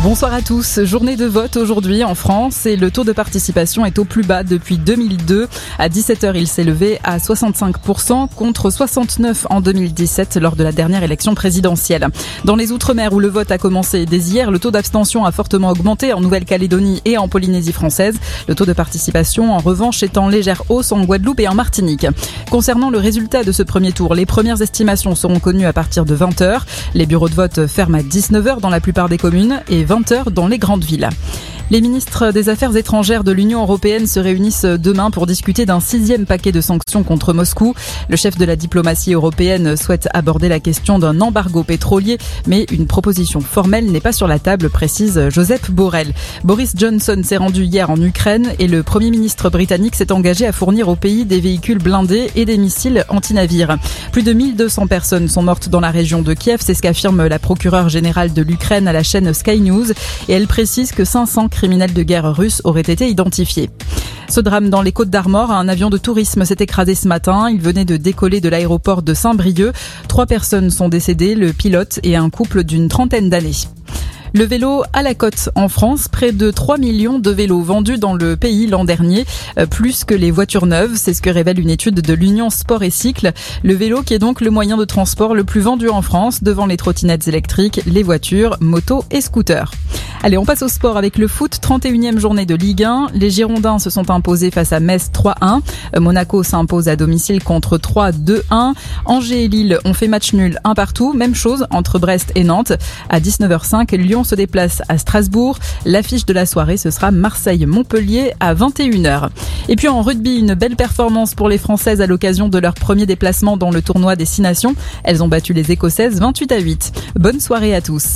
Bonsoir à tous. Journée de vote aujourd'hui en France et le taux de participation est au plus bas depuis 2002. À 17h, il s'est levé à 65% contre 69% en 2017 lors de la dernière élection présidentielle. Dans les Outre-mer où le vote a commencé dès hier, le taux d'abstention a fortement augmenté en Nouvelle-Calédonie et en Polynésie française. Le taux de participation, en revanche, est en légère hausse en Guadeloupe et en Martinique. Concernant le résultat de ce premier tour, les premières estimations seront connues à partir de 20h. Les bureaux de vote ferment à 19h dans la plupart des communes et 20h dans les grandes villes. Les ministres des Affaires étrangères de l'Union européenne se réunissent demain pour discuter d'un 6e paquet de sanctions contre Moscou. Le chef de la diplomatie européenne souhaite aborder la question d'un embargo pétrolier, mais une proposition formelle n'est pas sur la table, précise Josep Borrell. Boris Johnson s'est rendu hier en Ukraine et le Premier ministre britannique s'est engagé à fournir au pays des véhicules blindés et des missiles anti-navires. Plus de 1200 personnes sont mortes dans la région de Kiev, c'est ce qu'affirme la procureure générale de l'Ukraine à la chaîne Sky News, et elle précise que 500 criminels de guerre russes auraient été identifiés. Ce drame dans les Côtes-d'Armor, un avion de tourisme s'est écrasé ce matin. Il venait de décoller de l'aéroport de Saint-Brieuc. 3 personnes sont décédées, le pilote et un couple d'une trentaine d'années. Le vélo à la cote en France, près de 3 millions de vélos vendus dans le pays l'an dernier, plus que les voitures neuves, c'est ce que révèle une étude de l'Union Sport et Cycle. Le vélo qui est donc le moyen de transport le plus vendu en France, devant les trottinettes électriques, les voitures, motos et scooters. Allez, on passe au sport avec le foot, 31e journée de Ligue 1. Les Girondins se sont imposés face à Metz 3-1. Monaco s'impose à domicile contre 3-2-1. Angers et Lille ont fait match nul 1 partout. Même chose entre Brest et Nantes. À 19h05, Lyon se déplace à Strasbourg. L'affiche de la soirée, ce sera Marseille-Montpellier à 21h. Et puis en rugby, une belle performance pour les Françaises à l'occasion de leur premier déplacement dans le tournoi des 6 nations. Elles ont battu les Écossaises 28-8. Bonne soirée à tous.